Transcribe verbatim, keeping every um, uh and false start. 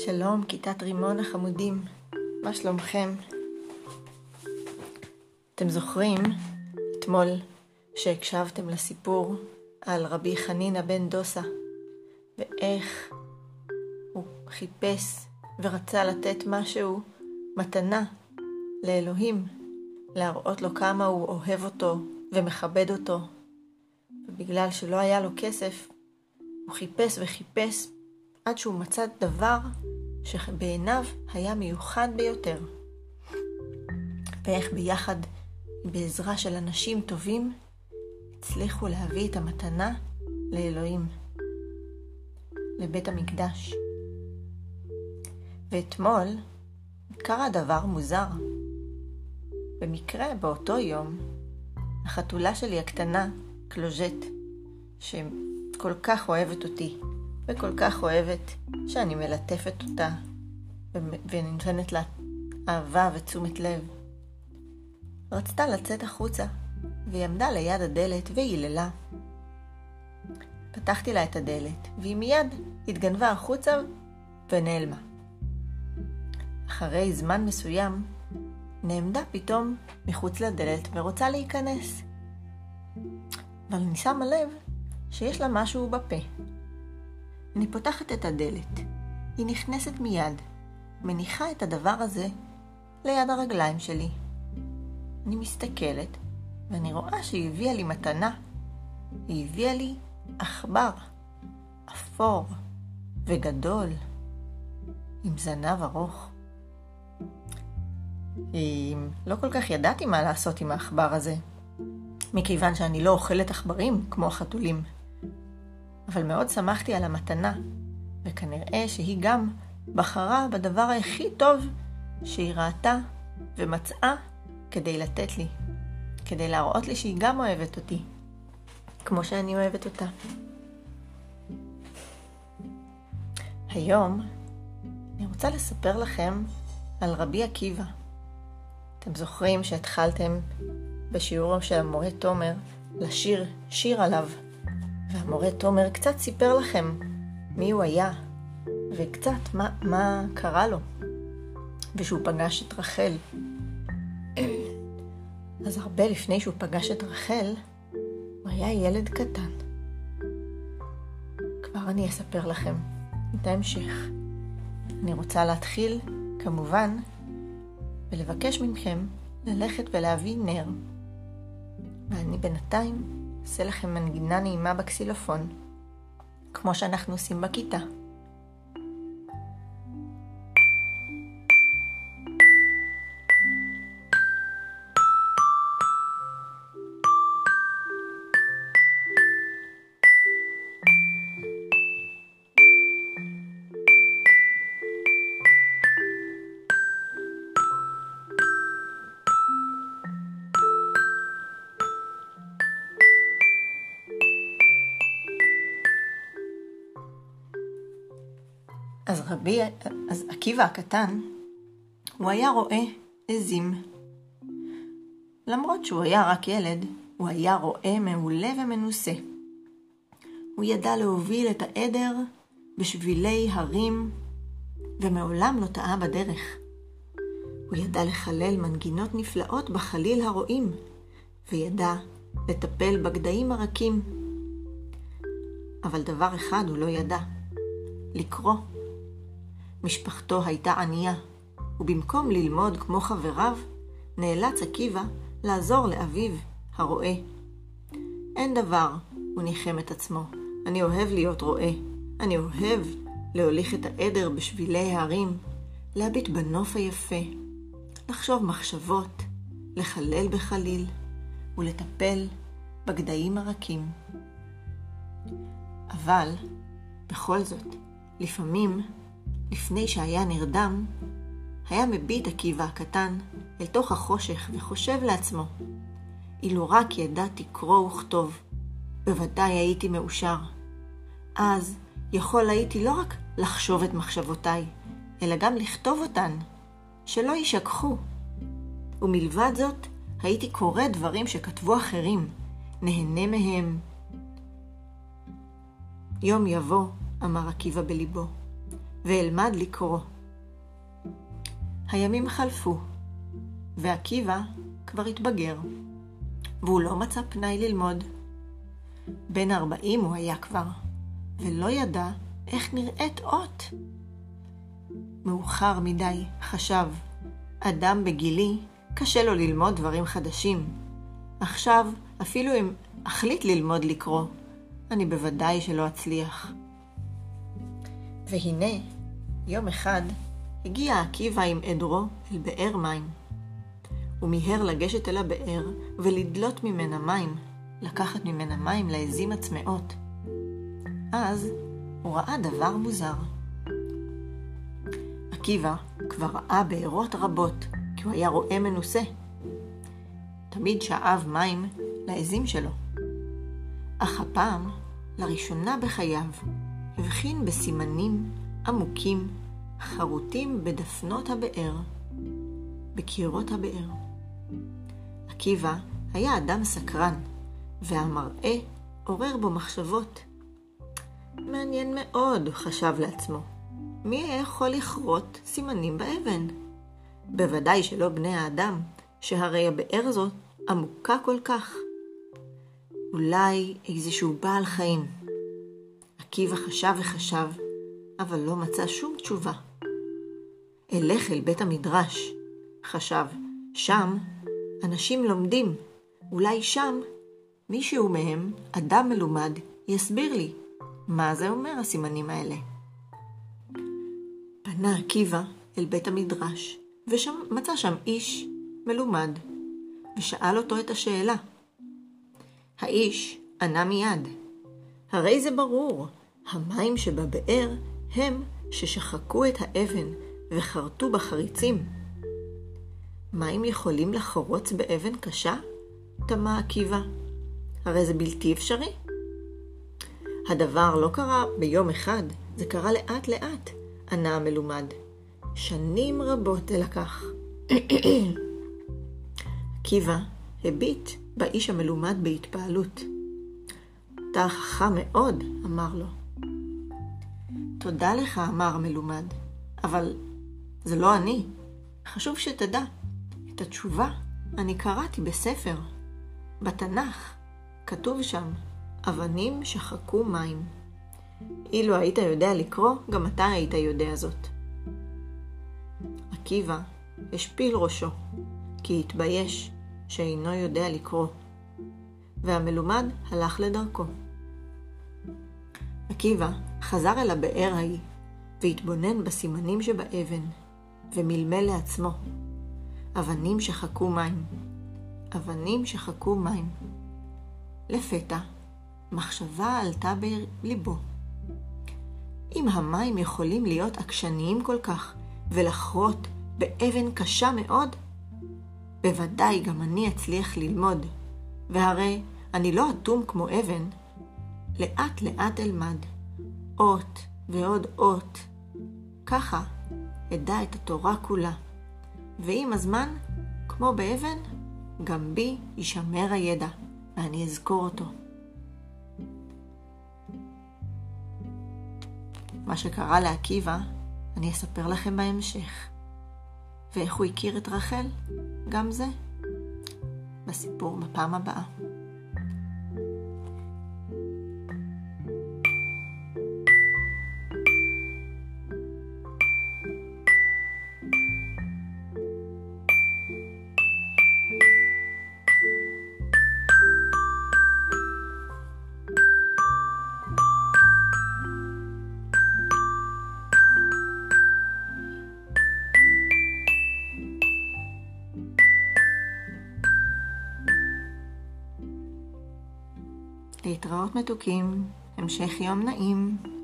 שלום, כיתת רימון החמודים, מה שלומכם? אתם זוכרים אתמול שהקשבתם לסיפור על רבי חנינא בן דוסה ואיך הוא חיפש ורצה לתת משהו מתנה לאלוהים, להראות לו כמה הוא אוהב אותו ומכבד אותו, ובגלל שלא היה לו כסף הוא חיפש וחיפש עד שהוא מצא דבר שבעיניו היה מיוחד ביותר. ואיך ביחד, בעזרה של אנשים טובים, הצליחו להביא את המתנה לאלוהים, לבית המקדש. ואתמול קרה דבר מוזר. במקרה באותו יום, החתולה שלי הקטנה, קלוז'ט, שכל כך אוהבת אותי, וכל כך אוהבת שאני מלטפת אותה ונותנת לה אהבה ותשומת לב, רצתה לצאת החוצה והיא עמדה ליד הדלת והיללה. פתחתי לה את הדלת והיא מיד התגנבה החוצה ונעלמה. אחרי זמן מסוים נעמדה פתאום מחוץ לדלת ורוצה להיכנס, אבל אני שמה לב שיש לה משהו בפה. אני פותחת את הדלת, היא נכנסת מיד, מניחה את הדבר הזה ליד הרגליים שלי. אני מסתכלת ואני רואה שהיא הביאה לי מתנה. היא הביאה לי עכבר, אפור וגדול, עם זנב ארוך. לא כל כך ידעתי מה לעשות עם העכבר הזה, מכיוון שאני לא אוכלת עכברים כמו החתולים. אבל מאוד שמחתי על המתנה, וכנראה שהיא גם בחרה בדבר הכי טוב שהיא ראתה ומצאה כדי לתת לי, כדי להראות לי שהיא גם אוהבת אותי, כמו שאני אוהבת אותה. היום אני רוצה לספר לכם על רבי עקיבא. אתם זוכרים שהתחלתם בשיעור של המורה תומר לשיר שיר עליו, והמורה תומר קצת סיפר לכם מי הוא היה וקצת מה, מה קרה לו ושהוא פגש את רחל. אז הרבה לפני שהוא פגש את רחל הוא היה ילד קטן. כבר אני אספר לכם את ההמשך. אני רוצה להתחיל כמובן ולבקש מכם ללכת ולהביא נר, ואני בינתיים אעשה לכם מנגינה נעימה בקסילופון, כמו שאנחנו עושים בכיתה. אז רבי, אז עקיבא הקטן, הוא היה רואה עזים. למרות שהוא היה רק ילד, הוא היה רואה מעולה ומנוסה. הוא ידע להוביל את העדר בשבילי הרים, ומעולם לא טעה בדרך. הוא ידע לחלל מנגינות נפלאות בחליל הרועים, וידע לטפל בגדיים הרכים. אבל דבר אחד הוא לא ידע, לקרוא. משפחתו הייתה ענייה, ובמקום ללמוד כמו חבריו, נאלץ עקיבא לעזור לאביו הרועה. אין דבר, הוא ניחם את עצמו, אני אוהב להיות רועה. אני אוהב להוליך את העדר בשבילי ההרים, להביט בנוף היפה, לחשוב מחשבות, לחלל בחליל, ולטפל בגדיים הרכים. אבל, בכל זאת, לפעמים, לפני שהיה נרדם, היה מביט עקיבא הקטן אל תוך החושך וחושב לעצמו, אילו רק ידעתי קרוא וכתוב, בוודאי הייתי מאושר. אז יכול הייתי לא רק לחשוב את מחשבותיי, אלא גם לכתוב אותן, שלא יישכחו. ומלבד זאת, הייתי קורא דברים שכתבו אחרים, נהנה מהם. יום יבוא, אמר עקיבא בליבו, ואלמד לקרוא. הימים חלפו, ועקיבא כבר התבגר, והוא לא מצא פנאי ללמוד. בן ארבעים הוא היה כבר, ולא ידע איך נראית אות. מאוחר מדי, חשב, אדם בגילי קשה לו ללמוד דברים חדשים. עכשיו, אפילו אם אחליט ללמוד לקרוא, אני בוודאי שלא אצליח. והנה, יום אחד הגיע עקיבא עם עדרו אל באר מים. הוא מיהר לגשת אל הבאר ולדלות ממנה מים, לקחת ממנה מים לעזים הצמאות. אז הוא ראה דבר מוזר. עקיבא כבר ראה בארות רבות, כי הוא היה רועה מנוסה. תמיד שאב מים לעזים שלו. אך הפעם, לראשונה בחייו, הבחין בסימנים עמוקים, חרוטים בדפנות הבאר, בקירות הבאר. עקיבא היה אדם סקרן, והמראה עורר בו מחשבות. מעניין מאוד, חשב לעצמו. מי יכול לכרות סימנים באבן? בוודאי שלא בני האדם, שהרי הבאר זאת עמוקה כל כך. אולי איזשהו בעל חיים. עקיבא חשב וחשב, אבל לא מצא שום תשובה. אלך אל בית המדרש, חשב, שם אנשים לומדים, אולי שם מישהו מהם, אדם מלומד, יסביר לי מה זה אומר הסימנים האלה. פנה עקיבא אל בית המדרש, ומצא שם איש מלומד, ושאל אותו את השאלה. האיש ענה מיד, הרי זה ברור, המים שבבאר הם ששחקו את האבן וחרטו בחריצים. מים יכולים לחרוץ באבן קשה? תמה עקיבא. הרי זה בלתי אפשרי. הדבר לא קרה ביום אחד, זה קרה לאט לאט, ענה המלומד. שנים רבות זה לקח. עקיבא הביט באיש המלומד בהתפעלות. אתה חכם מאוד, אמר לו. תודה לך, אמר המלומד, אבל זה לא אני. חשוב שתדע, את התשובה אני קראתי בספר. בתנ"ך כתוב שם, אבנים שחקו מים. אילו היית יודע לקרוא, גם אתה היית יודע זאת. עקיבא השפיל ראשו, כי התבייש שאינו יודע לקרוא, והמלומד הלך לדרכו. עקיבא חזר אל הבאר ההיא, והתבונן בסימנים שבאבן, ומלמל לעצמו, אבנים שחקו מים, אבנים שחקו מים. לפתע, מחשבה עלתה בליבו. אם המים יכולים להיות עקשניים כל כך, ולחרות באבן קשה מאוד, בוודאי גם אני אצליח ללמוד, והרי אני לא אטום כמו אבן. לאט לאט אלמד, אות ועוד אות. ככה אדע את התורה כולה, ועם הזמן, כמו באבן, גם בי יישמר הידע, ואני אזכור אותו. מה שקרה לעקיבא, אני אספר לכם בהמשך. ואיך הוא הכיר את רחל, גם זה, בסיפור בפעם הבאה. להתראות מתוקים, המשך יום נעים.